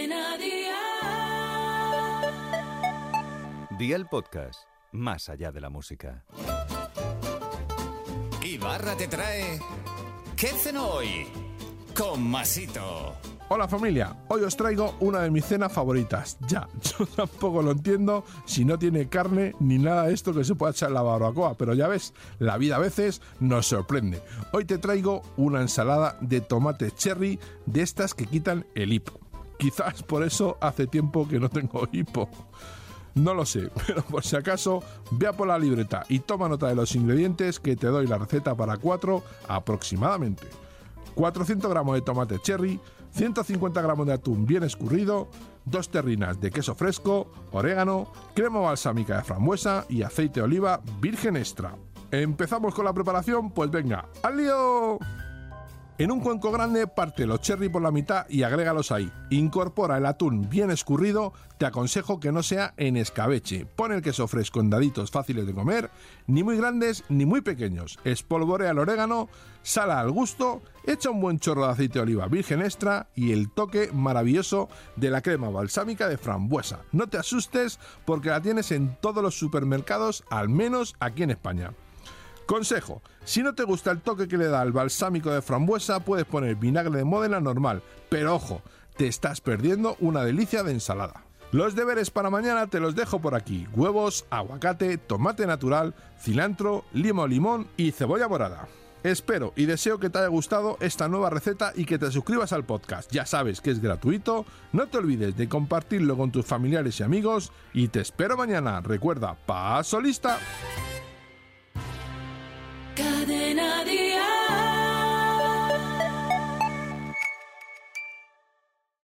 Cadena Dial. Dial Podcast, más allá de la música. Ibarra te trae ¿Qué cenó hoy? Con Masito. Hola familia, hoy os traigo una de mis cenas favoritas. Ya, yo tampoco lo entiendo si no tiene carne ni nada de esto que se pueda echar en la barbacoa, pero ya ves, la vida a veces nos sorprende. Hoy te traigo una ensalada de tomate cherry de estas que quitan el hipo. Quizás por eso hace tiempo que no tengo hipo. No lo sé, pero por si acaso, ve a por la libreta y toma nota de los ingredientes que te doy la receta para 4 aproximadamente. 400 gramos de tomate cherry, 150 gramos de atún bien escurrido, 2 terrinas de queso fresco, orégano, crema balsámica de frambuesa y aceite de oliva virgen extra. ¿Empezamos con la preparación? Pues venga, ¡al lío! En un cuenco grande parte los cherry por la mitad y agrégalos ahí. Incorpora el atún bien escurrido, te aconsejo que no sea en escabeche. Pon el queso fresco en daditos fáciles de comer, ni muy grandes ni muy pequeños. Espolvorea el orégano, sala al gusto, echa un buen chorro de aceite de oliva virgen extra y el toque maravilloso de la crema balsámica de frambuesa. No te asustes porque la tienes en todos los supermercados, al menos aquí en España. Consejo, si no te gusta el toque que le da el balsámico de frambuesa, puedes poner vinagre de Módena normal, pero ojo, te estás perdiendo una delicia de ensalada. Los deberes para mañana te los dejo por aquí: huevos, aguacate, tomate natural, cilantro, limón y cebolla morada. Espero y deseo que te haya gustado esta nueva receta y que te suscribas al podcast. Ya sabes que es gratuito, no te olvides de compartirlo con tus familiares y amigos y te espero mañana. Recuerda, paso lista.